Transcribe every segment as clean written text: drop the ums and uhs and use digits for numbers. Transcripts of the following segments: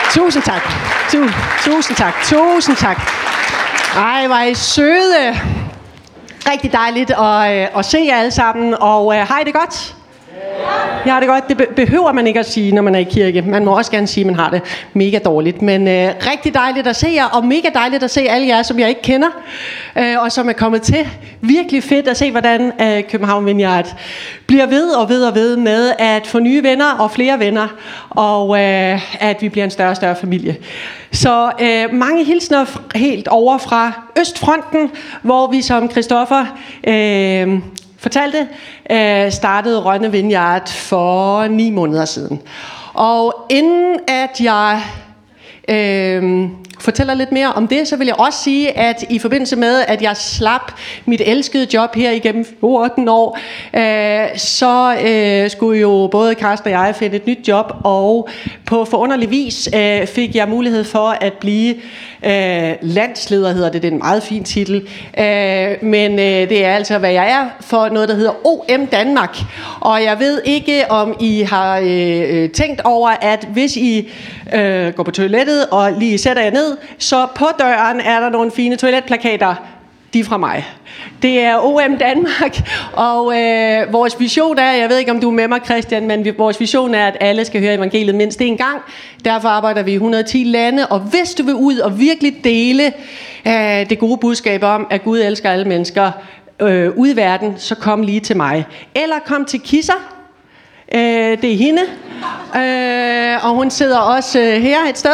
Tusind tak. Tusind tak. Ej, hvor er I søde. Rigtig dejligt at se jer alle sammen. Og har I det godt? Ja, det godt. Det behøver man ikke at sige, når man er i kirke. Man må også gerne sige, at man har det mega dårligt. Men rigtig dejligt at se jer, og mega dejligt at se alle jer, som jeg ikke kender, og som er kommet til. Virkelig fedt at se, hvordan København Vineyard bliver ved med at få nye venner og flere venner, og at vi bliver en større og større familie. Så mange hilsner helt over fra Østfronten, hvor vi som Christoffer fortalte, startede Rønne Vineyard for 9 måneder siden. Og inden at jeg fortæller lidt mere om det, så vil jeg også sige, at i forbindelse med, at jeg slap mit elskede job her igennem 14 år, så skulle jo både Karsten og jeg finde et nyt job, og på forunderlig vis fik jeg mulighed for at blive landsleder, hedder det er en meget fin titel, men det er altså, hvad jeg er for noget, der hedder OM Danmark. Og jeg ved ikke, om I har tænkt over, at hvis I går på toilettet og lige sætter jer ned, så på døren er der nogle fine toiletplakater. De er fra mig. Det er OM Danmark, og vores vision er, jeg ved ikke om du er med mig, Christian, men vores vision er, at alle skal høre evangeliet mindst en gang. Derfor arbejder vi i 110 lande, og hvis du vil ud og virkelig dele det gode budskab om, at Gud elsker alle mennesker ude i verden, så kom lige til mig. Eller kom til Kisser. Det er hende, og hun sidder også her et sted.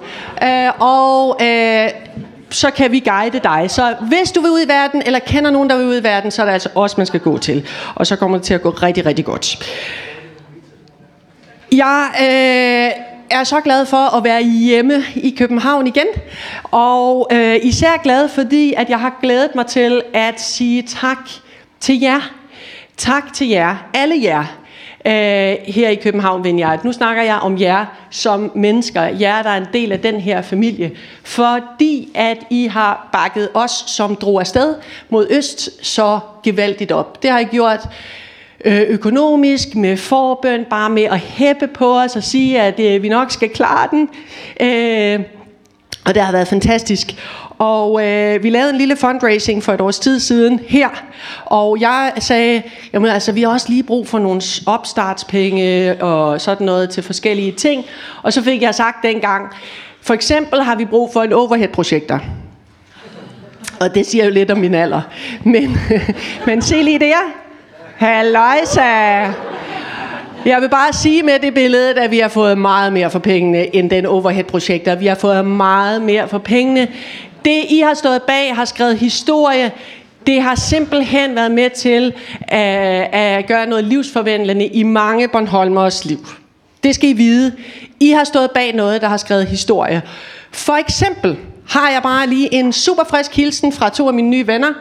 Så kan vi guide dig. Så hvis du vil ud i verden, eller kender nogen, der vil ud i verden, så er det altså også, man skal gå til. Og så kommer det til at gå rigtig, rigtig godt. Jeg er så glad for at være hjemme i København igen. Og især glad, fordi at jeg har glædet mig til at sige tak til jer. Tak til jer, alle jer. Her i København Vineyard. Nu snakker jeg om jer som mennesker, jer der er en del af den her familie, fordi at I har bakket os, som drog afsted mod øst, så gevaldigt op. Det har I gjort økonomisk, med forbøn, bare med at hæppe på os og sige, at vi nok skal klare den. Og det har været fantastisk. Og vi lavede en lille fundraising for et års tid siden her, og jeg sagde, jamen altså, vi har også lige brug for nogle opstartspenge og sådan noget til forskellige ting. Og så fik jeg sagt dengang, for eksempel har vi brug for en overhead-projektor. Og det siger jo lidt om min alder. Men se lige der. Halløjsa! Jeg vil bare sige med det billede, at vi har fået meget mere for pengene end den overhead-projektor. Vi har fået meget mere for pengene. Det, I har stået bag, har skrevet historie. Det har simpelthen været med til at gøre noget livsforvandlende i mange Bornholmers liv. Det skal I vide. I har stået bag noget, der har skrevet historie. For eksempel har jeg bare lige en super frisk hilsen fra 2 af mine nye venner.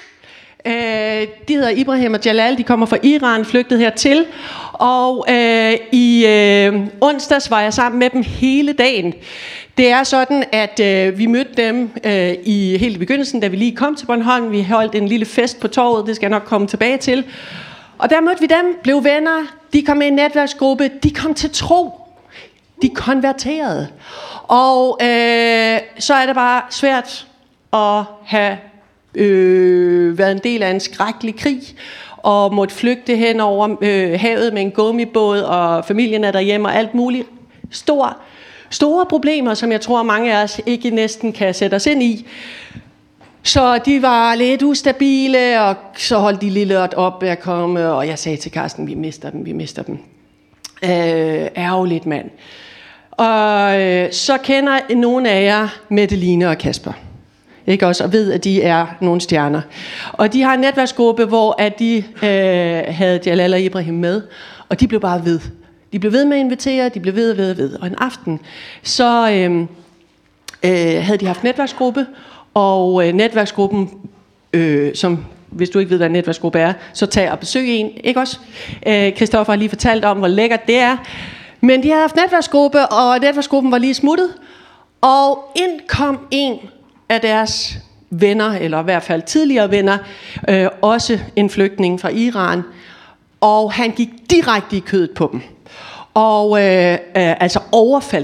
De hedder Ibrahim og Jalal. De kommer fra Iran, flygtet hertil. Og i onsdags var jeg sammen med dem hele dagen. Det er sådan, at vi mødte dem helt i begyndelsen, da vi lige kom til Bornholm. Vi holdt en lille fest på torvet, det skal jeg nok komme tilbage til. Og der mødte vi dem, blev venner, de kom med i en netværksgruppe, de kom til tro. De konverterede. Og så er det bare svært at have været en del af en skrækkelig krig, og måtte flygte hen over havet med en gummibåd, og familien er derhjemme og alt muligt. Store problemer, som jeg tror mange af os ikke næsten kan sætte os ind i. Så de var lidt ustabile, og så holdt de lidt op at komme, og jeg sagde til Karsten, vi mister dem. Ærgerligt mand. Og så kender nogle af jer Metteline og Kasper. Ikke også, og ved, at de er nogle stjerner. Og de har en netværksgruppe, hvor at de havde Jalal og Ibrahim med, og de blev bare ved. De blev ved med at invitere, de blev ved. Og en aften, så havde de haft netværksgruppe, og netværksgruppen, som hvis du ikke ved, hvad en netværksgruppe er, så tag og besøg en, ikke også? Christoffer har lige fortalt om, hvor lækkert det er. Men de havde haft netværksgruppe, og netværksgruppen var lige smuttet, og ind kom en af deres venner, eller i hvert fald tidligere venner, også en flygtning fra Iran, og han gik direkte i kødet på dem. Og altså overfaldt dem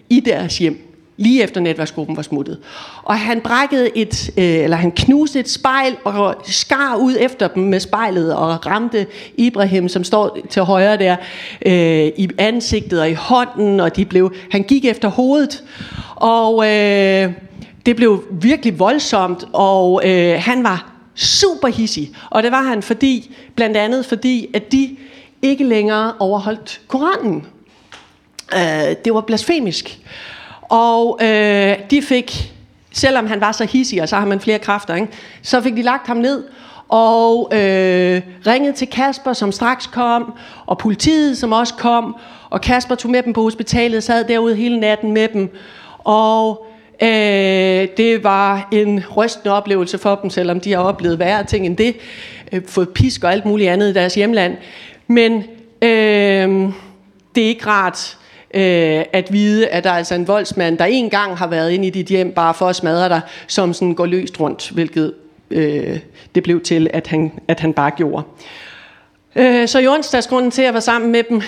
i deres hjem, lige efter netværksgruppen var smuttet. Og han han knuste et spejl og skar ud efter dem med spejlet og ramte Ibrahim, som står til højre der, i ansigtet og i hånden, og han gik efter hovedet. Og det blev virkelig voldsomt, og han var super hissig. Og det var han blandt andet fordi, at de ikke længere overholdt Koranen. Det var blasfemisk. Og de fik, selvom han var så hissig, og så har man flere kræfter, ikke? Så fik de lagt ham ned og ringede til Kasper, som straks kom, og politiet, som også kom, og Kasper tog med dem på hospitalet, sad derude hele natten med dem, og det var en rystende oplevelse for dem, selvom de har oplevet værre ting end det, fået pisk og alt muligt andet i deres hjemland. Men det er ikke rart at vide, at der er altså en voldsmand, der en gang har været inde i dit hjem, bare for at smadre dig, som sådan går løst rundt, hvilket det blev til, at han bare gjorde. Så i onsdags, grunden til, at jeg var sammen med dem,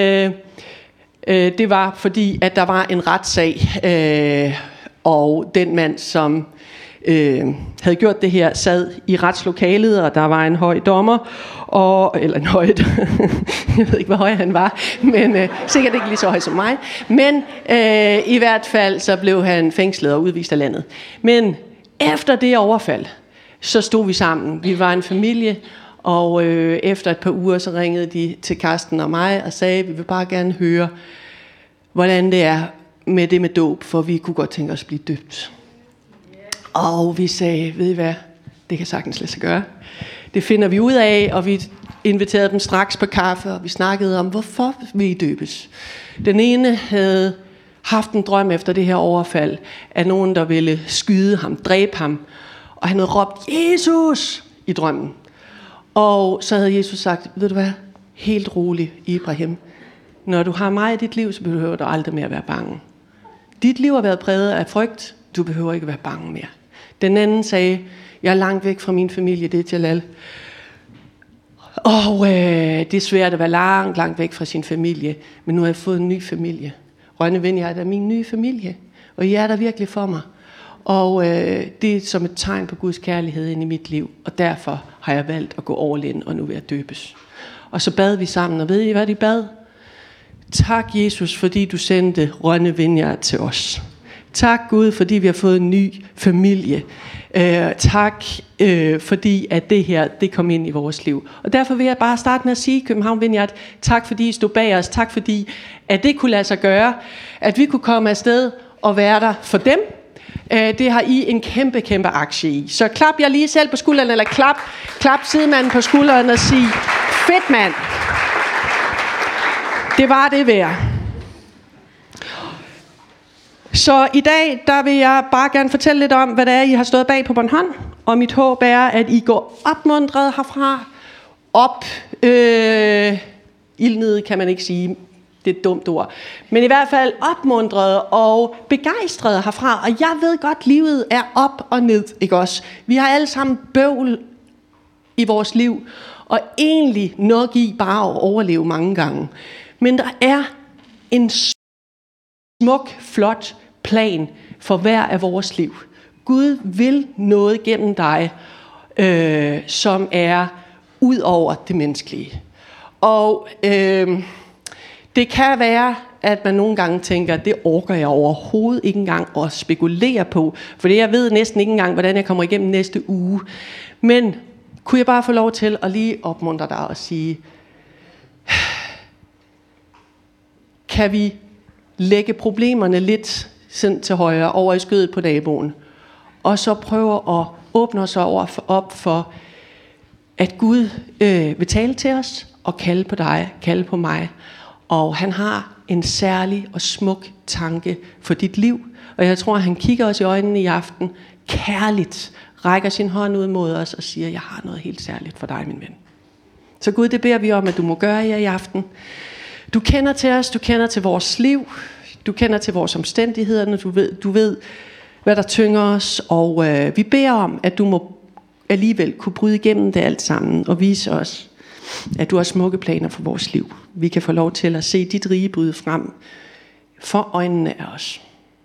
det var fordi, at der var en retssag, og den mand, som havde gjort det her, sad i retslokalet, og der var en høj dommer, jeg ved ikke, hvor høj han var, men sikkert ikke lige så høj som mig, men i hvert fald så blev han fængslet og udvist af landet. Men efter det overfald, så stod vi sammen. Vi var en familie, og efter et par uger, så ringede de til Karsten og mig og sagde, vi vil bare gerne høre, hvordan det er med det med dåb, for vi kunne godt tænke os at blive døbt. Og vi sagde, ved I hvad, det kan sagtens lade sig gøre. Det finder vi ud af, og vi inviterede dem straks på kaffe, og vi snakkede om, hvorfor vi I døbes. Den ene havde haft en drøm efter det her overfald, af nogen, der ville skyde ham, dræbe ham, og han havde råbt, Jesus, i drømmen. Og så havde Jesus sagt, ved du hvad, helt rolig, Ibrahim. Når du har mig i dit liv, så behøver du aldrig mere at være bange. Dit liv har været præget af frygt, du behøver ikke være bange mere. Den anden sagde, jeg er langt væk fra min familie, det er Jalal. Og det er svært at være langt væk fra sin familie, men nu har jeg fået en ny familie. Rønne Vineyard er min nye familie, og I er der virkelig for mig. Og det er som et tegn på Guds kærlighed ind i mit liv, og derfor har jeg valgt at gå all in, og nu vil jeg døbes. Og så bad vi sammen, og ved I hvad de bad? Tak Jesus, fordi du sendte Rønne Vineyard til os. Tak Gud, fordi vi har fået en ny familie. Tak fordi at det her, det kom ind i vores liv. Og derfor vil jeg bare starte med at sige, København Vineyard, tak fordi I stod bag os. Tak fordi at det kunne lade sig gøre, at vi kunne komme afsted og være der for dem. Det har I en kæmpe aktie i. Så klap jer lige selv på skulderen, eller klap sidemanden på skulderen og sig, fedt mand. Det var det værd. Så i dag, der vil jeg bare gerne fortælle lidt om, hvad det er, I har stået bag på Bornholm. Og mit håb er, at I går opmuntret herfra. Ildnede kan man ikke sige, det er et dumt ord. Men i hvert fald opmuntret og begejstret herfra. Og jeg ved godt, livet er op og ned, ikke også? Vi har alle sammen bøvl i vores liv. Og egentlig nok i bare at overleve mange gange. Men der er en smuk, flot plan for hver af vores liv. Gud vil noget gennem dig, som er ud over det menneskelige. Og det kan være, at man nogle gange tænker, det orker jeg overhovedet ikke engang at spekulere på, for jeg ved næsten ikke engang, hvordan jeg kommer igennem næste uge. Men kunne jeg bare få lov til at lige opmuntre dig og sige, kan vi lægge problemerne lidt til højre over i skødet på naboen, og så prøve at åbne os op for, at Gud vil tale til os, og kalde på dig, kalde på mig. Og han har en særlig og smuk tanke for dit liv, og jeg tror, han kigger os i øjnene i aften, kærligt rækker sin hånd ud mod os og siger, jeg har noget helt særligt for dig, min ven. Så Gud, det beder vi om, at du må gøre jer i aften. Du kender til os, du kender til vores liv, du kender til vores omstændigheder, du ved, hvad der tynger os, og vi beder om, at du må alligevel kunne bryde igennem det alt sammen, og vise os, at du har smukke planer for vores liv. Vi kan få lov til at se dit rige bryde frem for øjnene af os.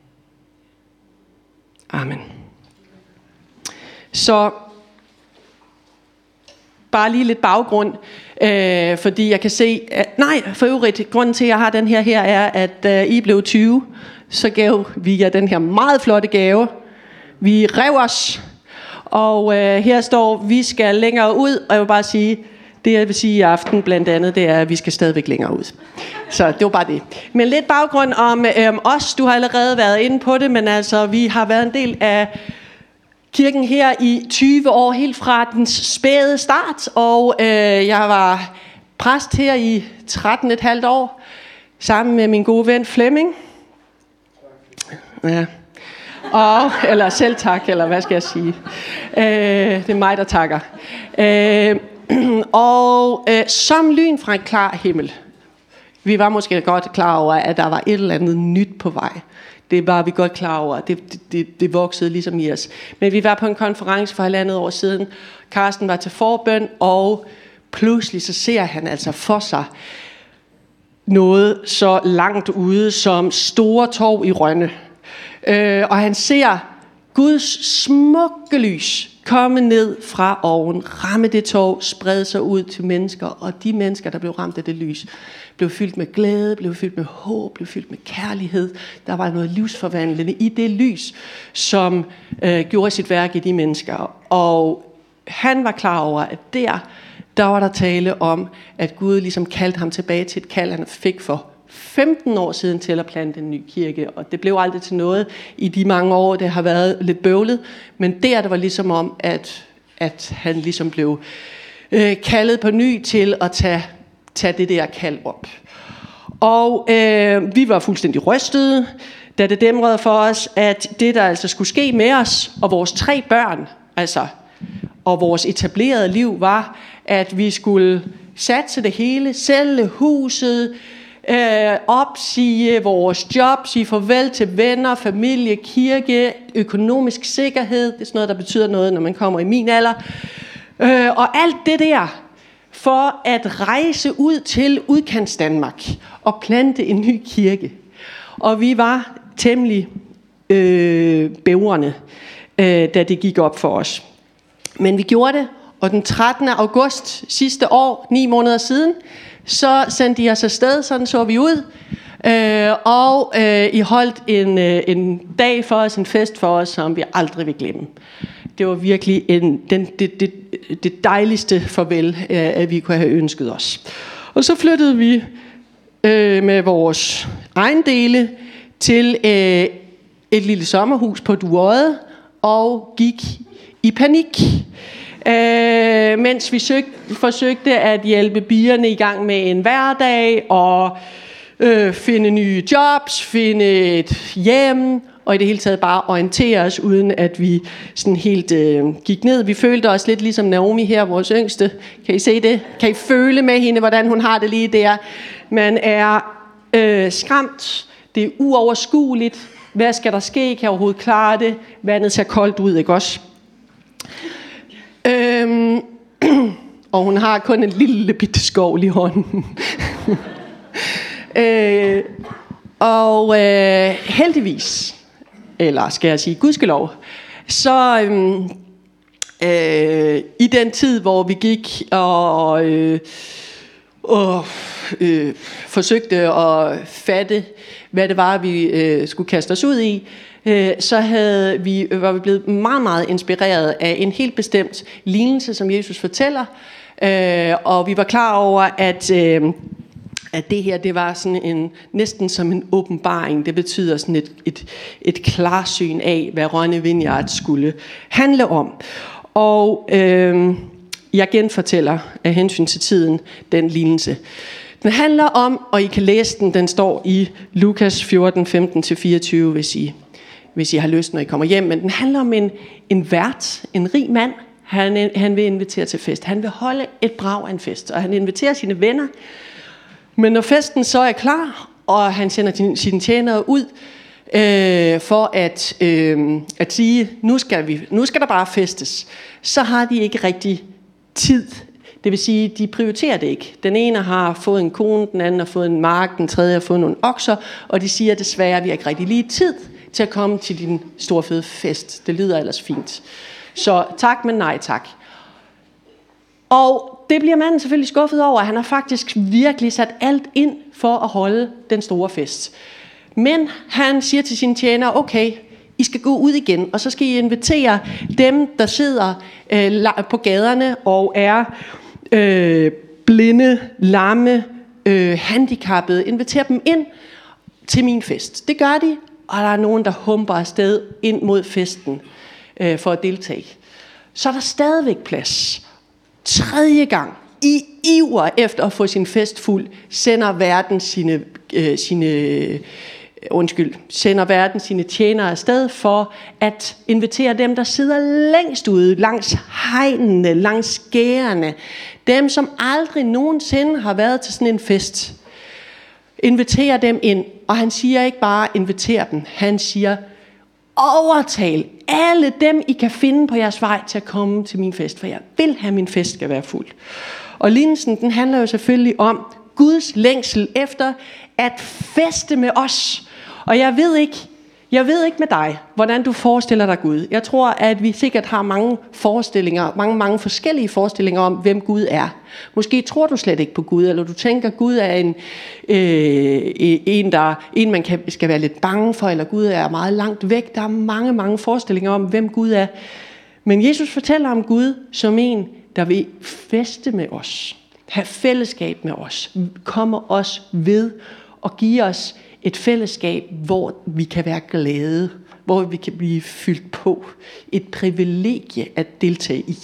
Amen. Så bare lige lidt baggrund, fordi jeg kan se, for øvrigt, grunden til, at jeg har den her er, at I blev 20, så gav vi jer den her meget flotte gave. Vi rev os, og her står, vi skal længere ud, og jeg vil bare sige, det jeg vil sige i aften blandt andet, det er, at vi skal stadigvæk længere ud. Så det var bare det. Men lidt baggrund om os, du har allerede været inde på det, men altså, vi har været en del af kirken her i 20 år, helt fra dens spæde start, og jeg var præst her i 13,5 år, sammen med min gode ven Flemming. Ja. Eller selv tak, eller hvad skal jeg sige. Det er mig, der takker. Som lyn fra en klar himmel. Vi var måske godt klar over, at der var et eller andet nyt på vej. Det var vi godt klar over. Det voksede ligesom i os. Men vi var på en konference for 1,5 år siden. Karsten var til forbøn, og pludselig så ser han altså for sig noget så langt ude som Store Torv i Rønne. Og han ser Guds smukke lys komme ned fra oven, ramme det torv, sprede sig ud til mennesker, og de mennesker, der blev ramt af det lys, blev fyldt med glæde, blev fyldt med håb, blev fyldt med kærlighed. Der var noget livsforvandlende i det lys, som gjorde sit værk i de mennesker. Og han var klar over, at der var der tale om, at Gud ligesom kaldte ham tilbage til et kald, han fik for 15 år siden til at plante en ny kirke, og det blev aldrig til noget i de mange år, det har været lidt bøvlet, men det var ligesom om, at han ligesom blev kaldet på ny til at tage det der kald op. Og vi var fuldstændig rystede, da det dæmrede for os, at det der altså skulle ske med os og vores 3 børn, altså og vores etablerede liv, var, at vi skulle satse det hele, sælge huset, opsige vores job, sige farvel til venner, familie, kirke, økonomisk sikkerhed. Det er sådan noget, der betyder noget, når man kommer i min alder. Og alt det der, for at rejse ud til udkants Danmark og plante en ny kirke. Og vi var temmelig bævrende, da det gik op for os. Men vi gjorde det, og den 13. august sidste år, 9 måneder siden, så sendte de os afsted, sådan så vi ud, og I holdt en dag for os, en fest for os, som vi aldrig vil glemme. Det var virkelig det dejligste farvel, at vi kunne have ønsket os. Og så flyttede vi med vores ejendele til et lille sommerhus på Duodde, og gik i panik. Mens vi forsøgte at hjælpe pigerne i gang med en hverdag og finde nye jobs, finde et hjem og i det hele taget bare orientere os, uden at vi sådan helt gik ned. Vi følte os lidt ligesom Naomi her, vores yngste. Kan I se det? Kan I føle med hende, hvordan hun har det lige der? Man er skræmt. Det er uoverskueligt. Hvad skal der ske? Kan jeg overhovedet klare det? Vandet ser koldt ud, ikke også? Og hun har kun en lille bitte skovl i hånden. Heldigvis, eller skal jeg sige gudskelov, så i den tid, hvor vi gik og forsøgte at fatte, hvad det var, vi skulle kaste os ud i, så var vi blevet meget, meget inspireret af en helt bestemt lignelse, som Jesus fortæller. Og vi var klar over, at det her, det var sådan næsten som en åbenbaring. Det betyder sådan et klarsyn af, hvad Rønne Vineyard skulle handle om. Og jeg genfortæller af hensyn til tiden den lignelse. Den handler om, og I kan læse den står i Lukas 14, 15-24, hvis I har lyst, når I kommer hjem. Men den handler om en vært, en rig mand. Han vil invitere til fest. Han vil holde et brag af en fest, og han inviterer sine venner. Men når festen så er klar, og han sender sine tjenere ud for at sige, nu skal der bare festes, så har de ikke rigtig tid. Det vil sige, de prioriterer det ikke. Den ene har fået en kone, den anden har fået en mark, den tredje har fået nogle okser, og de siger desværre, at vi har ikke rigtig lige tid til at komme til din store fede fest. Det lyder ellers fint. Så tak, men nej tak. Og det bliver manden selvfølgelig skuffet over, at han har faktisk virkelig sat alt ind for at holde den store fest. Men han siger til sine tjenere, okay, I skal gå ud igen, og så skal I invitere dem, der sidder på gaderne og er blinde, lamme, handicappede. Inviter dem ind til min fest. Det gør de, og der er nogen, der humper afsted ind mod festen for at deltage. Så er der stadigvæk plads. Tredje gang, i iver efter at få sin fest fuld, sender verden sine tjenere afsted for at invitere dem, der sidder længst ude, langs hegnene, langs skærene. Dem, som aldrig nogensinde har været til sådan en fest. Inviterer dem ind, og han siger ikke bare inviter dem, han siger overtal alle dem, I kan finde på jeres vej til at komme til min fest, for jeg vil have, min fest skal være fuld. Og lignelsen, den handler jo selvfølgelig om Guds længsel efter at feste med os. Og jeg ved ikke med dig, hvordan du forestiller dig Gud. Jeg tror, at vi sikkert har mange forestillinger, mange forskellige forestillinger om, hvem Gud er. Måske tror du slet ikke på Gud, eller du tænker, at Gud er en man skal være lidt bange for, eller Gud er meget langt væk. Der er mange forestillinger om, hvem Gud er. Men Jesus fortæller om Gud som en, der vil feste med os, have fællesskab med os, kommer os ved og give os et fællesskab, hvor vi kan være glade, hvor vi kan blive fyldt på. Et privilegie at deltage i.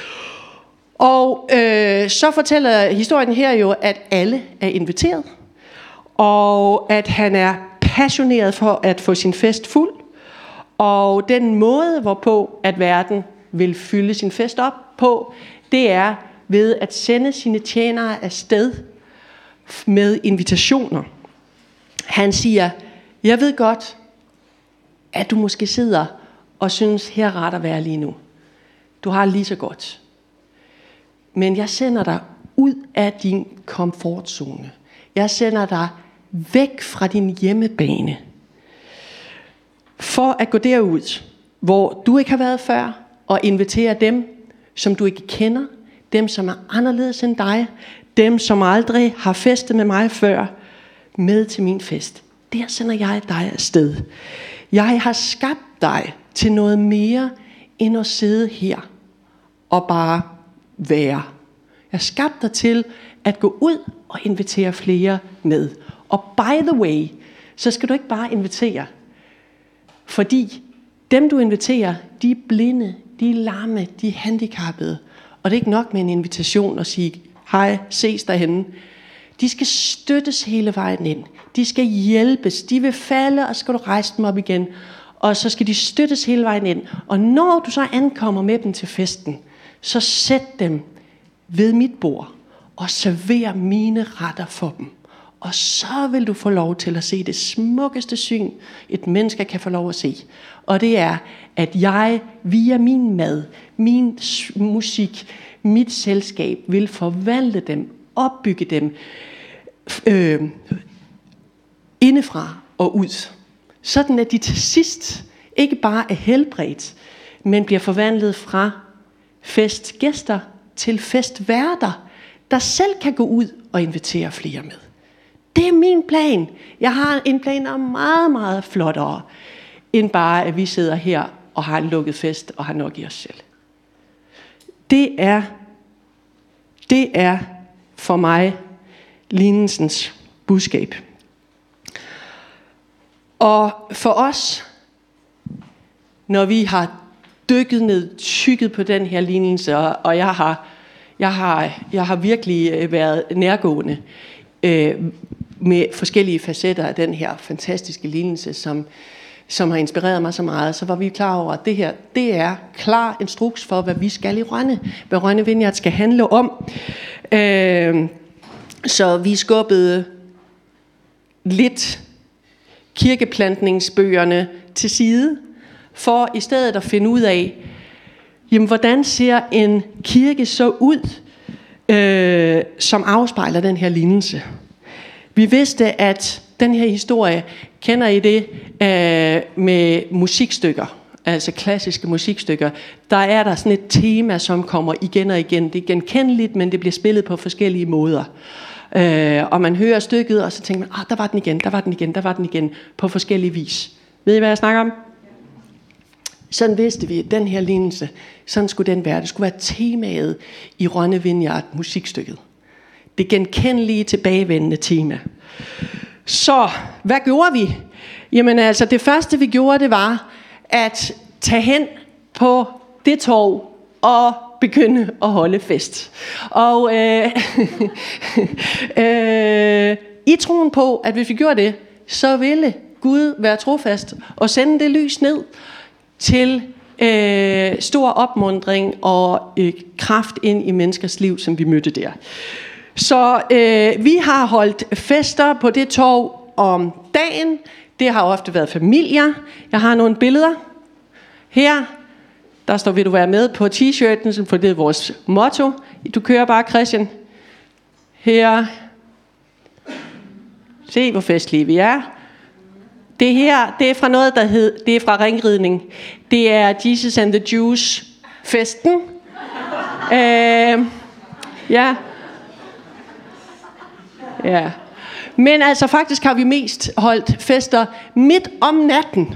Og så fortæller historien her jo, at alle er inviteret, og at han er passioneret for at få sin fest fuld, og den måde, hvorpå at verden vil fylde sin fest op på, det er ved at sende sine tjenere afsted med invitationer. Han siger, jeg ved godt, at du måske sidder og synes, her er ret at være lige nu. Du har lige så godt. Men jeg sender dig ud af din komfortzone. Jeg sender dig væk fra din hjemmebane. For at gå derud, hvor du ikke har været før, og invitere dem, som du ikke kender, dem, som er anderledes end dig, dem, som aldrig har festet med mig før, med til min fest. Der sender jeg dig afsted. Jeg har skabt dig til noget mere, end at sidde her og bare være. Jeg har skabt dig til at gå ud og invitere flere med. Og by the way, så skal du ikke bare invitere, fordi dem du inviterer, de er blinde, de er lamme, de er handicappede. Og det er ikke nok med en invitation og sige, hej, ses derhenne. De skal støttes hele vejen ind. De skal hjælpes. De vil falde, og så skal du rejse dem op igen. Og så skal de støttes hele vejen ind. Og når du så ankommer med dem til festen, så sæt dem ved mit bord og server mine retter for dem. Og så vil du få lov til at se det smukkeste syn, et menneske kan få lov at se. Og det er, at jeg via min mad, min musik, mit selskab vil forvandle dem, opbygge dem indefra og ud. Sådan at de til sidst ikke bare er helbredt, men bliver forvandlet fra festgæster til festværter, der selv kan gå ud og invitere flere med. Det er min plan. Jeg har en plan, der er meget, meget flottere, end bare at vi sidder her og har en lukket fest og har nok i os selv. Det er for mig lignelsens budskab. Og for os, når vi har dykket ned, tykket på den her lignelse, og jeg har virkelig været nærgående med forskellige facetter af den her fantastiske lignelse, som har inspireret mig så meget, så var vi klar over, at det her, det er klar instruks for, hvad vi skal i Rønne, hvad Rønne Vineyard skal handle om. Så vi skubbede lidt kirkeplantningsbøgerne til side, for i stedet at finde ud af, jamen, hvordan ser en kirke så ud, som afspejler den her lignelse. Vi vidste, at den her historie, kender I det med musikstykker, altså klassiske musikstykker, der er der sådan et tema, som kommer igen og igen. Det er genkendeligt, men det bliver spillet på forskellige måder. Og man hører stykket, og så tænker man, der var den igen, der var den igen, der var den igen, på forskellige vis. Ved I, hvad jeg snakker om? Sådan vidste vi, at den her lignelse, sådan skulle den være. Det skulle være temaet i Rønne Vineyard musikstykket. Det genkendelige, tilbagevendende tema. Så, hvad gjorde vi? Jamen altså, det første vi gjorde, det var at tage hen på det torv og begynde at holde fest. Og i troen på, at hvis vi gjorde det, så ville Gud være trofast og sende det lys ned til stor opmuntring og kraft ind i menneskers liv, som vi mødte der. Så vi har holdt fester på det torv om dagen. Det har ofte været familier. Jeg har nogle billeder her. Der står, vil du være med på t-shirten, for det er vores motto. Du kører bare, Christian. Her. Se, hvor festlige vi er. Det her, det er fra noget, det er fra ringridning. Det er Jesus and the Jews festen. Ja. Ja. Men altså faktisk har vi mest holdt fester midt om natten.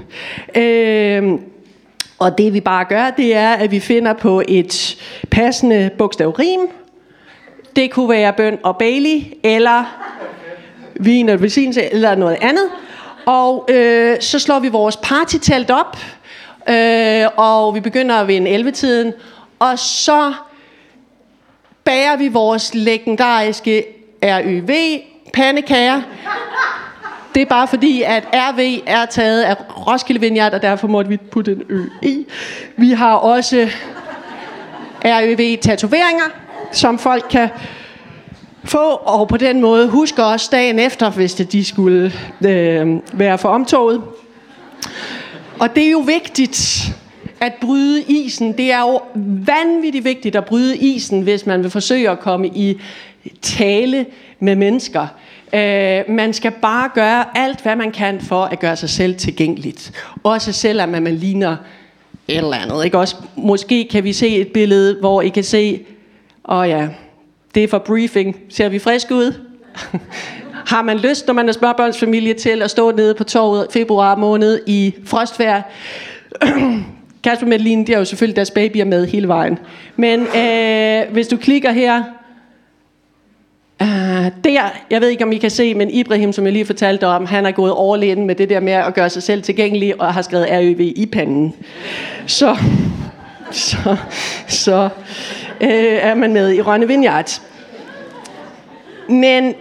Og det vi bare gør, det er, at vi finder på et passende bogstavrim. Det kunne være bøn og Bailey, eller vin og velsignelse, eller noget andet. Og så slår vi vores partytelt op, og vi begynder ved 11-tiden, og så bager vi vores legendariske RØV pandekager. Det er bare fordi, at RV er taget af Roskilde Vineyard, og derfor måtte vi putte en ø i. Vi har også RØV-tatoveringer, som folk kan få, og på den måde huske os dagen efter, hvis de skulle være for omtoget. Og det er jo vigtigt at bryde isen. Det er jo vanvittigt vigtigt at bryde isen, hvis man vil forsøge at komme i tale med mennesker. Man skal bare gøre alt, hvad man kan for at gøre sig selv tilgængeligt. Også selvom man ligner et eller andet. Ikke? Også, måske kan vi se et billede, hvor I kan se, det er for briefing. Ser vi friske ud? Har man lyst, når man er småbørnsfamilie, til at stå nede på torvet februar måned i frostvejr? Kasper og Madeline, de har jo selvfølgelig deres babyer med hele vejen. Men hvis du klikker her, der, jeg ved ikke om I kan se, men Ibrahim, som jeg lige fortalte om, han er gået all in med det der med at gøre sig selv tilgængelig, og har skrevet RØV i panden. Så er man med i Rønne Vineyard. Men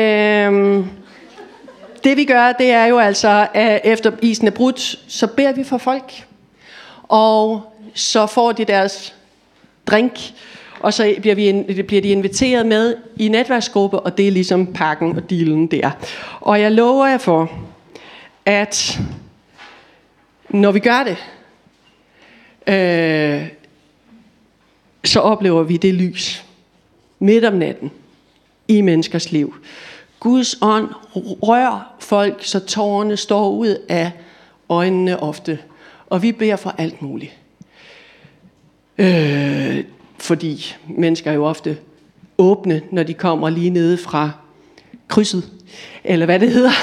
det vi gør, det er jo altså, at efter isen er brudt, så beder vi for folk. Og så får de deres drink, og så bliver de inviteret med i netværksgruppe, og det er ligesom pakken og dealen der. Og jeg lover jer for, at når vi gør det, så oplever vi det lys midt om natten i menneskers liv. Guds ånd rører folk, så tårerne står ud af øjnene ofte. Og vi beder for alt muligt. Fordi mennesker er jo ofte åbne, når de kommer lige nede fra krydset. Eller hvad det hedder.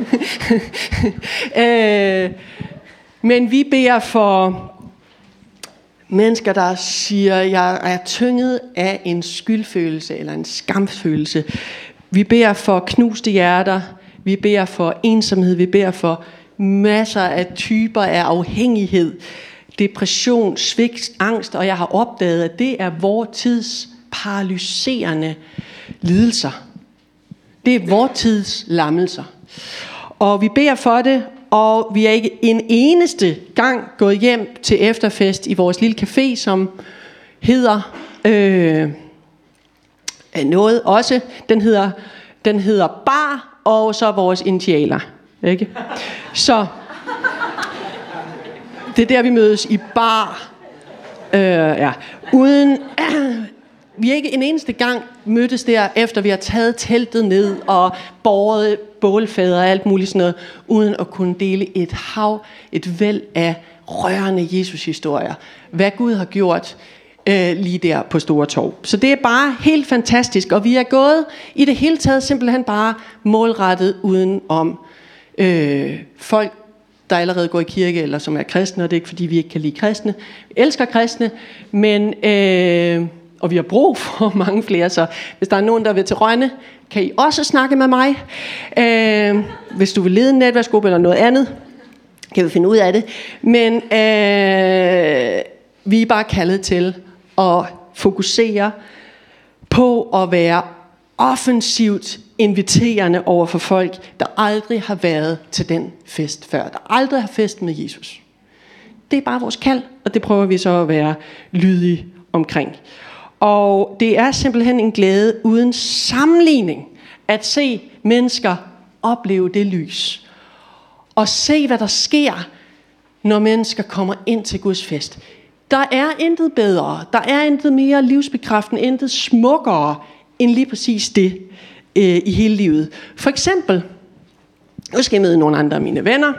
Men vi beder for mennesker, der siger, jeg er tynget af en skyldfølelse eller en skamfølelse. Vi beder for knuste hjerter. Vi beder for ensomhed. Vi beder for masser af typer af afhængighed, depression, svigt, angst, og jeg har opdaget, at det er vor tids paralyserende lidelser. Det er vor tids lammelser. Og vi beder for det, og vi er ikke en eneste gang gået hjem til efterfest i vores lille café, som hedder noget også. Den hedder Bar, og så vores initialer. Ikke? Så det er der vi mødes i bar, uden vi ikke en eneste gang mødtes der, efter vi har taget teltet ned og båret bålfader og alt muligt sådan noget, uden at kunne dele et væld af rørende Jesus-historier. Hvad Gud har gjort lige der på Store Torv. Så det er bare helt fantastisk, og vi er gået i det hele taget simpelthen bare målrettet uden om folk, der allerede går i kirke, eller som er kristne, og det er ikke fordi vi ikke kan lide kristne. Vi elsker kristne, men og vi har brug for mange flere, så hvis der er nogen, der vil til Rønne, kan I også snakke med mig. Hvis du vil lede en netværksgruppe eller noget andet, kan vi finde ud af det. Men vi er bare kaldet til at fokusere på at være offensivt inviterende over for folk, der aldrig har været til den fest før, der aldrig har festet med Jesus. Det er bare vores kald, og det prøver vi så at være lydige omkring. Og det er simpelthen en glæde uden sammenligning at se mennesker opleve det lys. Og se, hvad der sker, når mennesker kommer ind til Guds fest. Der er intet bedre, der er intet mere livsbekræftende, intet smukkere end lige præcis det i hele livet. For eksempel, nu skal jeg møde nogle andre af mine venner.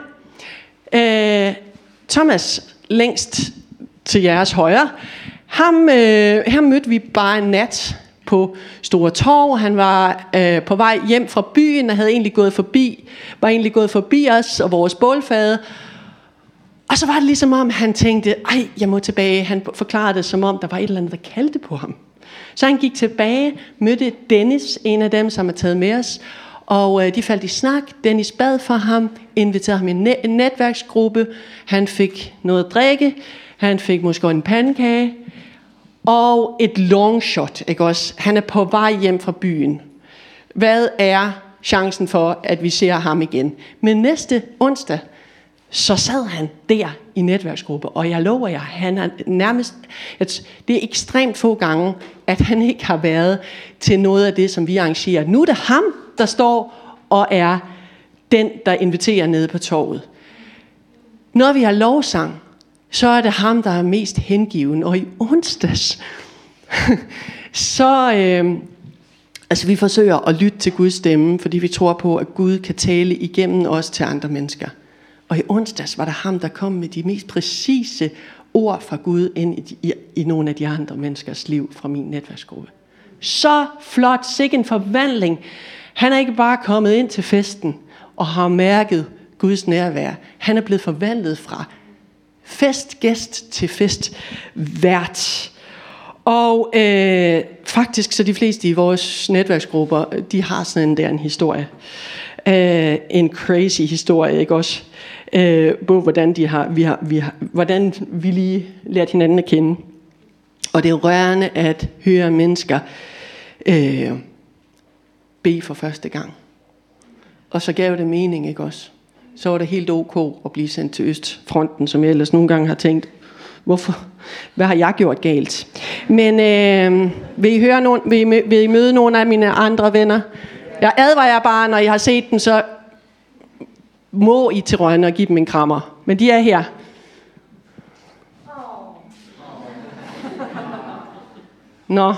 Thomas, længst til jeres højre, ham mødte vi bare en nat på Store Torv. Han var på vej hjem fra byen og var egentlig gået forbi os og vores bålfade. Og så var det ligesom om han tænkte, jeg må tilbage. Han forklarede det som om der var et eller andet, der kaldte på ham. Så han gik tilbage, mødte Dennis, en af dem, som er taget med os. Og de faldt i snak. Dennis bad for ham, inviterede ham i en netværksgruppe. Han fik noget at drikke. Han fik måske en pandekage. Og et long shot, ikke også? Han er på vej hjem fra byen. Hvad er chancen for, at vi ser ham igen? Men næste onsdag, så sad han der i netværksgruppe, og jeg lover jer, han er nærmest, det er ekstremt få gange, at han ikke har været til noget af det, som vi arrangerer. Nu er det ham, der står og er den, der inviterer nede på torvet. Når vi har lovsang, så er det ham, der er mest hengiven. Og i onsdags, så vi forsøger at lytte til Guds stemme, fordi vi tror på, at Gud kan tale igennem os til andre mennesker. Og i onsdags var der ham, der kom med de mest præcise ord fra Gud ind i nogle af de andre menneskers liv fra min netværksgruppe. Så flot, sikke en forvandling. Han er ikke bare kommet ind til festen og har mærket Guds nærvær. Han er blevet forvandlet fra festgæst til festvært. Og faktisk så de fleste i vores netværksgrupper, de har sådan en historie. En crazy historie, ikke også? På hvordan hvordan vi lige lærte hinanden at kende. Og det er rørende at høre mennesker bede for første gang. Og så gav det mening, ikke også? Så var det helt ok at blive sendt til Østfronten, som jeg ellers nogle gange har tænkt, hvad har jeg gjort galt? Men vil I møde nogle af mine andre venner? Jeg advarer jer bare, når I har set dem, så må I til Rønne og give dem en krammer. Men de er her. Nå.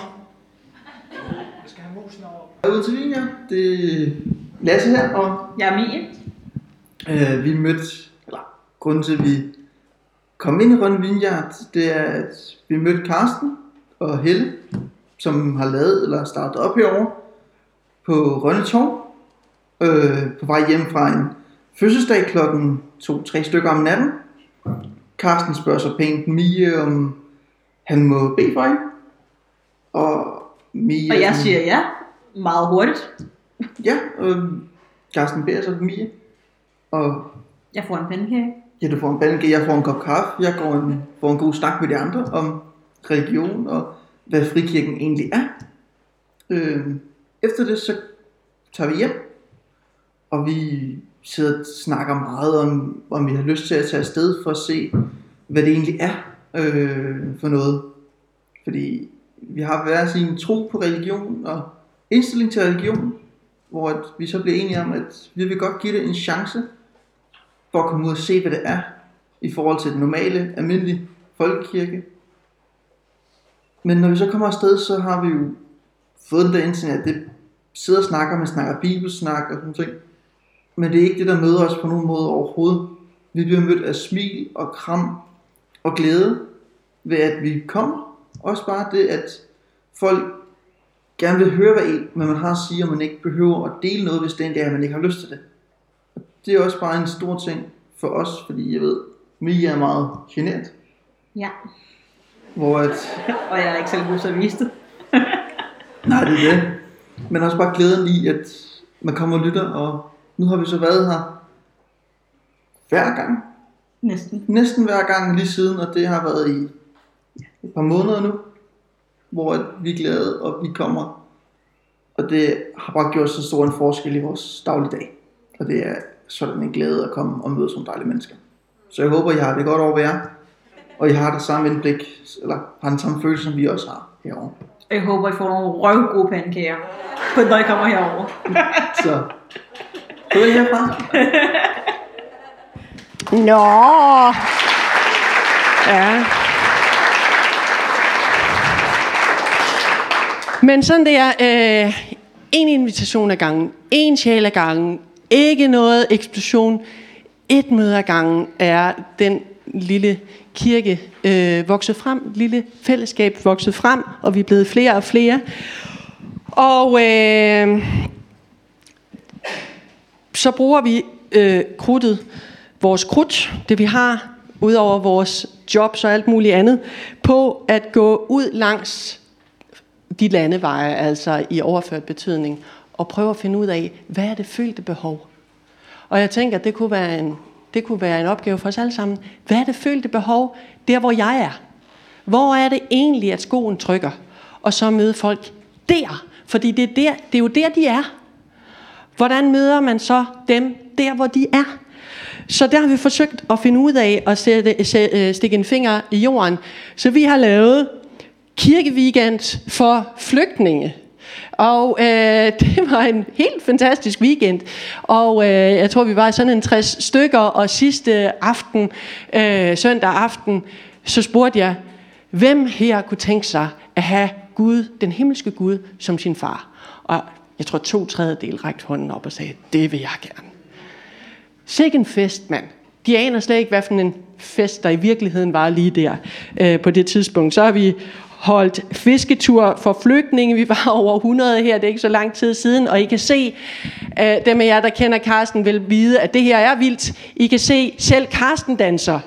Jeg er ude til Vinja. Det er Lasse her, og jeg er Mie. Vi mødte, grunden til at vi kom ind i Rønne Vineyard, det er at vi mødte Karsten og Helle, som har lavet eller startet op herovre på Rønne Torv, på vej hjem fra en fødselsdag klokken 2-3 stykker om natten. Karsten spørger så pænt Mie, om han må bede for hende. Og Mie... Og jeg siger ja, meget hurtigt. Ja, og Karsten beder så for Mie. Og jeg får en pandekage. Ja, du får en pandekage, jeg får en kop kaffe. Jeg får en god snak med de andre om religion og hvad frikirken egentlig er. Efter det så tager vi hjem, og vi sidder og snakker meget om vi har lyst til at tage afsted for at se, hvad det egentlig er for noget. Fordi vi har hver sin tro på religion og indstilling til religion, hvor vi så bliver enige om, at vi vil godt give det en chance for at komme ud og se, hvad det er i forhold til den normale, almindelige folkekirke. Men når vi så kommer afsted, så har vi jo fået den der indsigt, at det sidder og snakker, man snakker bibelsnak og sådan ting. Men det er ikke det, der møder os på nogen måde overhovedet. Vi bliver mødt af smil og kram og glæde ved at vi kommer. Også bare det, at folk gerne vil høre, hvad man har at sige, og man ikke behøver at dele noget, hvis det er en dag, man ikke har lyst til det. Og det er også bare en stor ting for os, fordi jeg ved, Mia er meget genert. Ja. Hvor at... Og jeg er ikke selv god til at vise det. Nej, det er det. Men også bare glæden i, at man kommer og lytter, og nu har vi så været her hver gang. Næsten hver gang lige siden, og det har været i et par måneder nu, hvor vi er glade, og vi kommer. Og det har bare gjort så stor en forskel i vores dagligdag. Og det er sådan en glæde at komme og møde som dejlige mennesker. Så jeg håber, I har det godt over jer, og I har det samme indblik, eller har den samme følelse, som vi også har herovre. Jeg håber, I får nogle røvgode pandekager, når I kommer herover. Så, følg herfra. Nå. Ja. Men sådan det er, en invitation ad gangen, en sjæl ad gangen, ikke noget eksplosion, et møde ad gangen er den lille kirke vokset frem, lille fællesskab vokset frem, og vi er blevet flere og flere. Og så bruger vi vores krudt, det vi har, udover vores jobs og alt muligt andet, på at gå ud langs de landeveje, altså i overført betydning, og prøve at finde ud af, hvad er det følte behov. Og jeg tænker, at det kunne være en opgave for os alle sammen. Hvad er det følte behov, der hvor jeg er? Hvor er det egentlig, at skoen trykker? Og så møde folk der, fordi det er jo der, de er. Hvordan møder man så dem der, hvor de er? Så der har vi forsøgt at finde ud af at stikke en finger i jorden. Så vi har lavet kirkeweekend for flygtninge. Og det var en helt fantastisk weekend. Og jeg tror, vi var sådan en 60 stykker. Og sidste aften, søndag aften, så spurgte jeg, hvem her kunne tænke sig at have Gud, den himmelske Gud, som sin far? Og jeg tror 2/3 rakte hånden op og sagde, det vil jeg gerne. Sikke en fest, mand. De aner slet ikke, hvad for en fest, der i virkeligheden var lige der på det tidspunkt. Så har vi holdt fisketur for flygtninge. Vi var over 100 her, det er ikke så lang tid siden. Og I kan se, dem af jer, der kender Karsten, vil vide, at det her er vildt. I kan se, selv Karsten danser.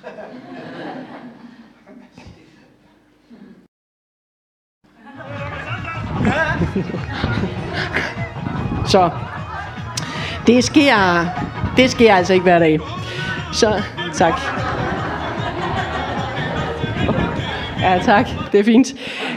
Så det sker altså ikke hver dag. Så tak. Ja, tak. Det er fint.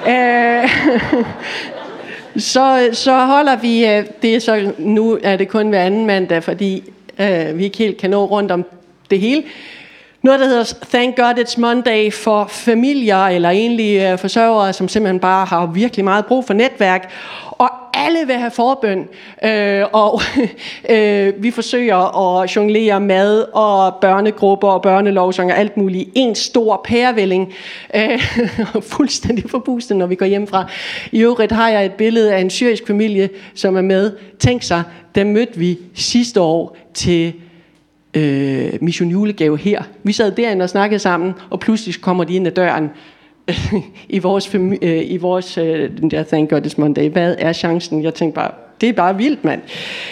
Så holder vi det, så nu er det kun hver anden mandag, fordi vi ikke helt kan nå rundt om det hele. Noget, der hedder Thank God It's Monday for familier eller enlige forsørgere, som simpelthen bare har virkelig meget brug for netværk. Og alle vil have forbøn, og vi forsøger at jonglere mad og børnegrupper og børnelovsang og alt muligt. En stor pærevælling, fuldstændig forbustet, når vi går hjemmefra. I øvrigt har jeg et billede af en syrisk familie, som er med. Tænk sig, der mødte vi sidste år til mission julegave her. Vi sad derinde og snakkede sammen, og pludselig kommer de ind ad døren i vores den der Thank God It's Monday. Hvad er chancen? Jeg tænkte bare, det er bare vildt, mand.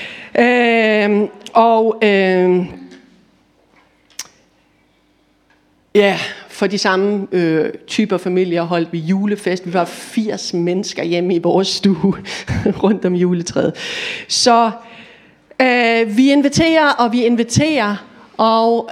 Ja, for de samme typer familier holdt vi julefest. Vi var 80 mennesker hjemme i vores stue rundt om juletræet. Så vi inviterer, og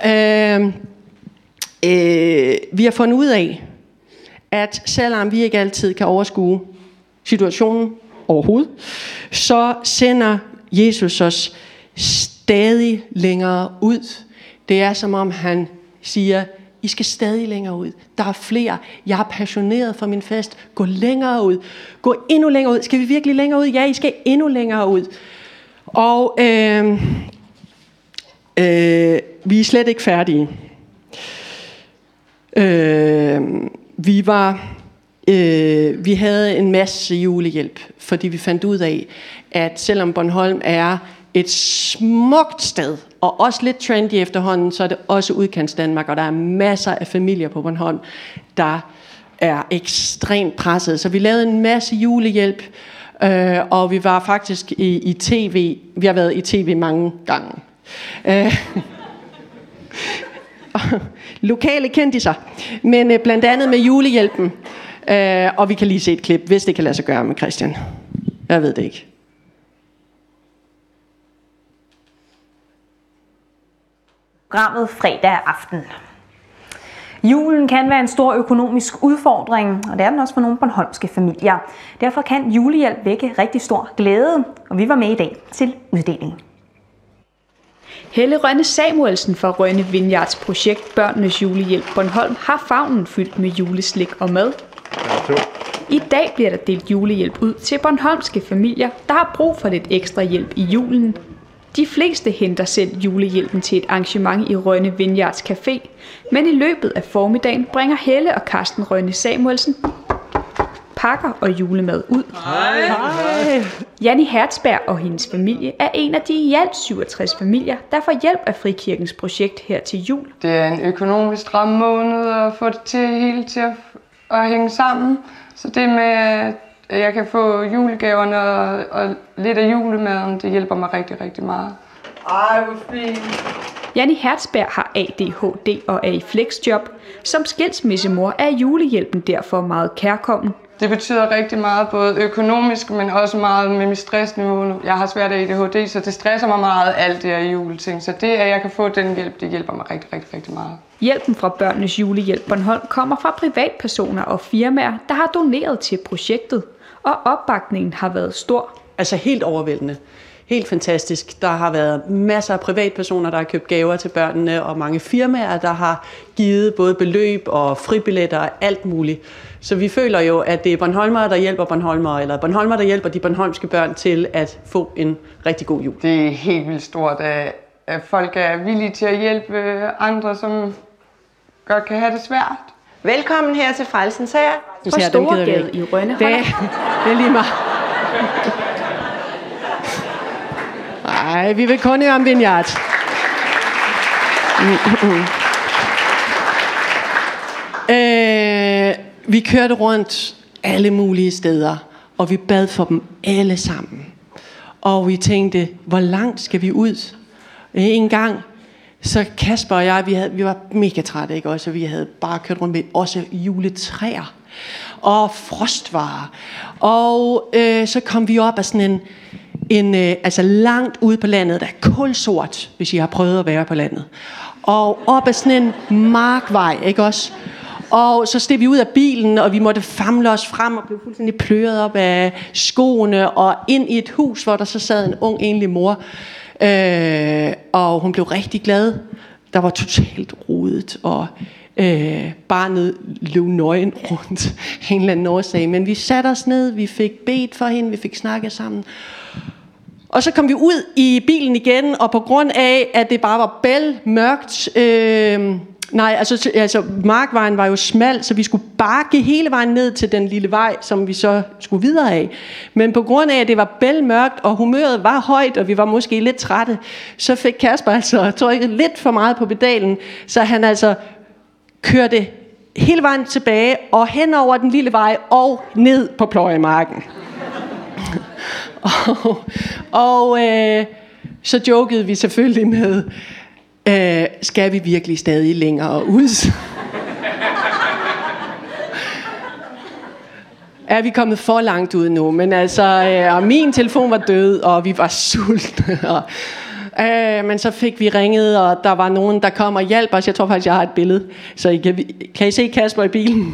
vi har fundet ud af, at selvom vi ikke altid kan overskue situationen overhovedet, så sender Jesus os stadig længere ud. Det er som om han siger, I skal stadig længere ud. Der er flere. Jeg er passioneret for min fest. Gå længere ud. Gå endnu længere ud. Skal vi virkelig længere ud? Ja, I skal endnu længere ud. Og vi er slet ikke færdige. Vi var vi havde en masse julehjælp, fordi vi fandt ud af, at selvom Bornholm er et smukt sted, og også lidt trendy efterhånden, så er det også udkants Danmark, og der er masser af familier på Bornholm, der er ekstremt presset. Så vi lavede en masse julehjælp, og vi var faktisk i tv. Vi har været i tv mange gange. Lokale kendiser, men blandt andet med julehjælpen. Og vi kan lige se et klip, hvis det kan lade sig gøre med Christian. Jeg ved det ikke. Programmet fredag aften. Julen kan være en stor økonomisk udfordring, og det er den også for nogle bornholmske familier. Derfor kan julehjælp vække rigtig stor glæde, og vi var med i dag til uddelingen. Helle Rønne Samuelsen fra Rønne Vineyards projekt Børnenes Julehjælp Bornholm har favnen fyldt med juleslik og mad. I dag bliver der delt julehjælp ud til bornholmske familier, der har brug for lidt ekstra hjælp i julen. De fleste henter selv julehjælpen til et arrangement i Rønne Vineyards Café, men i løbet af formiddagen bringer Helle og Karsten Rønne Samuelsen pakker og julemad ud. Hej. Janni Hertzberg og hendes familie er en af de i alt 67 familier, der får hjælp af Frikirkens projekt her til jul. Det er en økonomisk stram måned at få det hele til at hænge sammen. Så det med, at jeg kan få julegaverne og lidt af julemaden, det hjælper mig rigtig, rigtig meget. Ej, hvor fint. Janni Hertzberg har ADHD og er i flexjob. Som skilsmissemor er julehjælpen derfor meget kærkommen. Det betyder rigtig meget, både økonomisk, men også meget med mit stressniveau. Jeg har svært af ADHD, så det stresser mig meget, alt det her juleting. Så det, at jeg kan få den hjælp, det hjælper mig rigtig, rigtig, rigtig meget. Hjælpen fra Børnenes Julehjælp Bornholm kommer fra privatpersoner og firmaer, der har doneret til projektet. Og opbakningen har været stor. Altså helt overvældende. Helt fantastisk. Der har været masser af privatpersoner, der har købt gaver til børnene, og mange firmaer, der har givet både beløb og fribilletter og alt muligt. Så vi føler jo, at det er bornholmere, der hjælper bornholmere, eller bornholmere, der hjælper de bornholmske børn til at få en rigtig god jul. Det er helt vildt stort, at folk er villige til at hjælpe andre, som godt kan have det svært. Velkommen her til Frelsens Hær. Fra Storegade i Rønne. Det er lige mig. Nej, vi vil kun høre om Vineyard. Vi kørte rundt alle mulige steder, og vi bad for dem alle sammen. Og vi tænkte, hvor langt skal vi ud? En gang, så Kasper og jeg, vi var mega trætte, ikke også? Og vi havde bare kørt rundt med også juletræer og frostvarer. Og så kom vi op af sådan altså langt ude på landet, der er kulsort, hvis I har prøvet at være på landet. Og op ad sådan en markvej, ikke også? Og så steg vi ud af bilen, og vi måtte famle os frem og blev fuldstændig pløret op af skoene og ind i et hus, hvor der så sad en ung enlig mor. Og hun blev rigtig glad. Der var totalt rodet, og barnet løb nøgen rundt en eller anden årsag. Men vi satte os ned, vi fik bedt for hende, vi fik snakket sammen. Og så kom vi ud i bilen igen, og på grund af, at det bare var bælmørkt, altså markvejen var jo smal, så vi skulle bakke hele vejen ned til den lille vej, som vi så skulle videre af. Men på grund af, at det var bælmørkt, og humøret var højt, og vi var måske lidt trætte, så fik Kasper altså trykket lidt for meget på pedalen, så han altså kørte hele vejen tilbage, og hen over den lille vej, og ned på pløjemarken. og så jokede vi selvfølgelig med, skal vi virkelig stadig længere ud? Er vi kommet for langt ud nu? Men altså, og min telefon var død, og vi var sultne. Men så fik vi ringet, og der var nogen, der kom og hjalp os. Jeg tror faktisk, jeg har et billede. Så kan I se Kasper i bilen?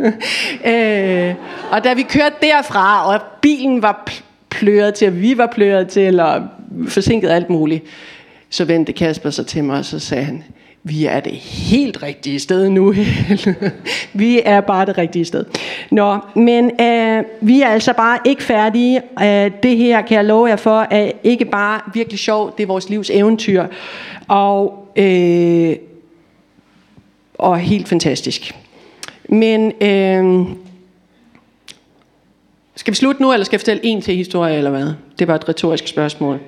Og da vi kørte derfra, og bilen var pløret til, og vi var pløret til, og forsinket alt muligt, så vendte Kasper sig til mig, og så sagde han, vi er det helt rigtige sted nu. Vi er bare det rigtige sted. Nå, men vi er altså bare ikke færdige. Det her kan jeg love jer for, er ikke bare virkelig sjovt, det er vores livs eventyr. Og helt fantastisk. Men Skal vi slutte nu, eller skal jeg fortælle en til historie, eller hvad? Det var et retorisk spørgsmål.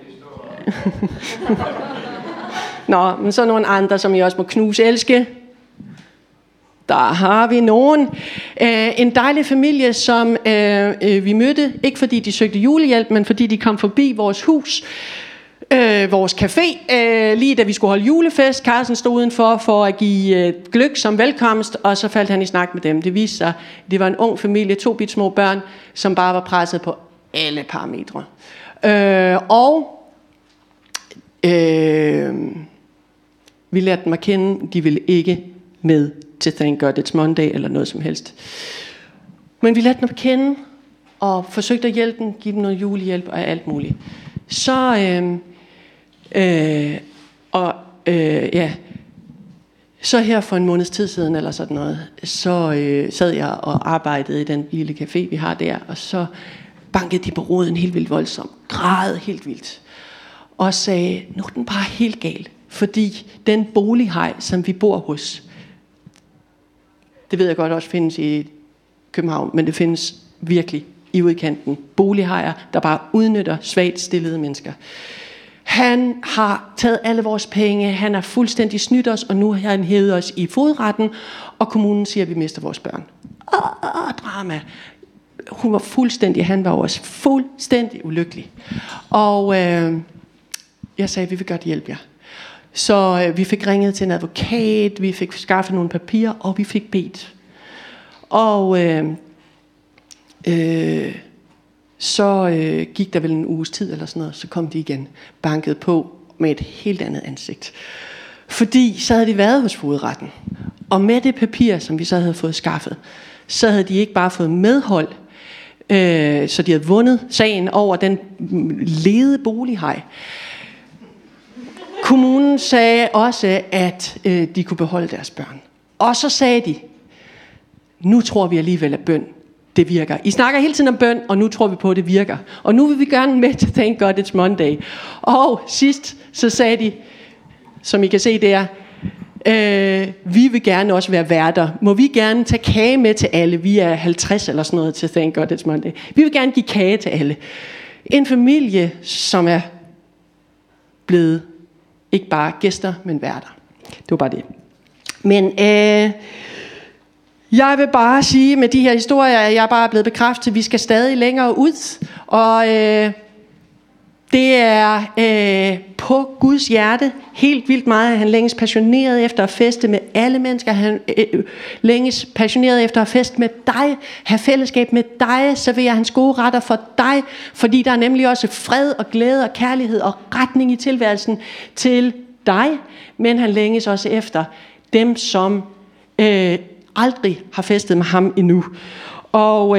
Nå, men så nogle andre, som I også må knuse elske. Der har vi nogen. En dejlig familie, som vi mødte, ikke fordi de søgte julehjælp, men fordi de kom forbi vores hus, vores café, lige da vi skulle holde julefest. Carsten stod udenfor for at give gløgg som velkomst, og så faldt han i snak med dem. Det viste sig, det var en ung familie, 2 små børn, som bare var presset på alle parametre. Vi lærte dem at kende. De ville ikke med til Thank God It's Monday eller noget som helst. Men vi lærte dem at kende og forsøgte at hjælpe dem, give dem noget julehjælp og alt muligt. Så så her for en måneds tid siden eller sådan noget, så sad jeg og arbejdede i den lille café vi har der, og så bankede de på ruden helt vildt voldsomt, græd helt vildt, og sagde, nu er den bare helt gal, fordi den bolighaj, som vi bor hos, det ved jeg godt også findes i København, men det findes virkelig i udkanten. Bolighajer, der bare udnytter svagt stillede mennesker. Han har taget alle vores penge, han har fuldstændig snydt os, og nu har han hævet os i fodretten, og kommunen siger, at vi mister vores børn. Drama. Han var også fuldstændig ulykkelig. Og jeg sagde, at vi vil godt hjælpe jer. Så vi fik ringet til en advokat, vi fik skaffet nogle papirer, og vi fik bedt. Og så gik der vel en uges tid eller sådan noget, så kom de igen, bankede på med et helt andet ansigt. Fordi så havde de været hos fogedretten, og med det papir, som vi så havde fået skaffet, så havde de ikke bare fået medhold, så de havde vundet sagen over den lede bolighaj. Kommunen sagde også, at de kunne beholde deres børn. Og så sagde de, nu tror vi alligevel, at bøn, det virker. I snakker hele tiden om bøn, og nu tror vi på, at det virker. Og nu vil vi gerne med til Thank God It's Monday. Og sidst, så sagde de, som I kan se der, vi vil gerne også være værter. Må vi gerne tage kage med til alle? Vi er 50 eller sådan noget til Thank God It's Monday. Vi vil gerne give kage til alle. En familie, som er blevet ikke bare gæster, men værter. Det var bare det. Men jeg vil bare sige med de her historier, at jeg bare er blevet bekræftet, at vi skal stadig længere ud. Og det er på Guds hjerte helt vildt meget. Han længes passioneret efter at feste med alle mennesker. Han længes passioneret efter at feste med dig. Have fællesskab med dig. Servere hans gode retter for dig. Fordi der er nemlig også fred og glæde og kærlighed og retning i tilværelsen til dig. Men han længes også efter dem, som aldrig har festet med ham endnu. Og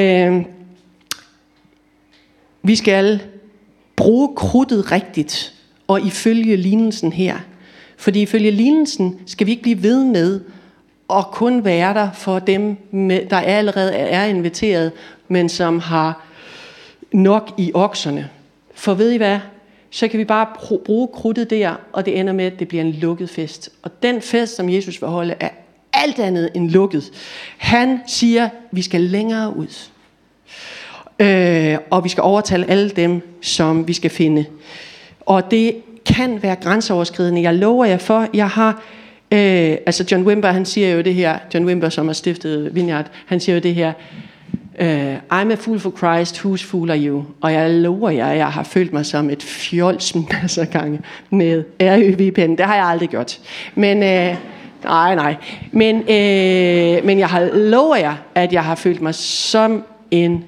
vi skal bruge krudtet rigtigt, og ifølge lignelsen her. Fordi ifølge lignelsen skal vi ikke blive ved med at kun være der for dem, der allerede er inviteret, men som har nok i okserne. For ved I hvad? Så kan vi bare bruge krudtet der, og det ender med, at det bliver en lukket fest. Og den fest, som Jesus vil holde, er alt andet end lukket. Han siger, vi skal længere ud. Og vi skal overtale alle dem, som vi skal finde. Og det kan være grænseoverskridende. Jeg lover jer for, jeg har... John Wimber, han siger jo det her. John Wimber, som har stiftet Vineyard, han siger jo det her. I'm a fool for Christ, whose fool are you? Og jeg lover jer, jeg har følt mig som et fjols masser af gange med RØV-pennen. Det har jeg aldrig gjort. Men... Nej. Men jeg har lovet jer, at jeg har følt mig som en...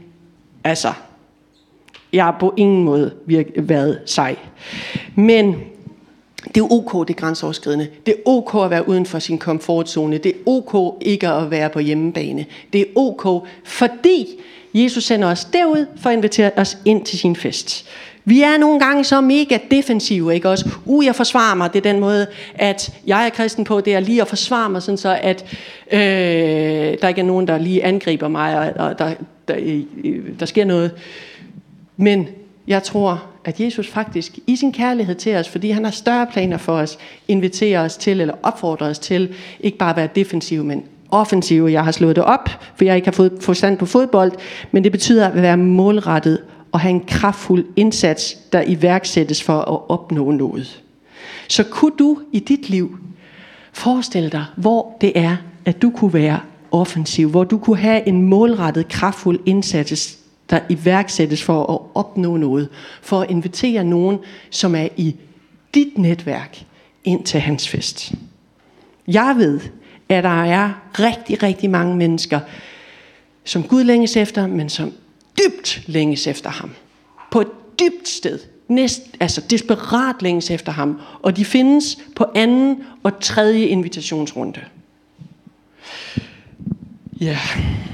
jeg har på ingen måde været sej. Men det er ok, det er grænseoverskridende. Det er ok at være uden for sin komfortzone. Det er ok ikke at være på hjemmebane. Det er ok, fordi Jesus sender os derud for at invitere os ind til sin fest. Vi er nogle gange så mega defensive, ikke også? Jeg forsvarer mig. Det er den måde, at jeg er kristen på. Det er lige at forsvare mig, sådan så at der ikke er nogen, der lige angriber mig, og der sker noget. Men jeg tror, at Jesus faktisk i sin kærlighed til os, fordi han har større planer for os, inviterer os til, eller opfordrer os til, ikke bare at være defensive, men offensive. Jeg har slået det op, for jeg ikke har fået forstand på fodbold, men det betyder at være målrettet og have en kraftfuld indsats, der iværksættes for at opnå noget. Så kunne du i dit liv forestille dig, hvor det er, at du kunne være offensiv, hvor du kunne have en målrettet, kraftfuld indsats, der iværksættes for at opnå noget, for at invitere nogen, som er i dit netværk, ind til hans fest. Jeg ved, at der er rigtig, rigtig mange mennesker, som Gud længes efter, men som dybt længes efter ham. På et dybt sted. Altså desperat længes efter ham. Og de findes på anden og tredje invitationsrunde. Ja.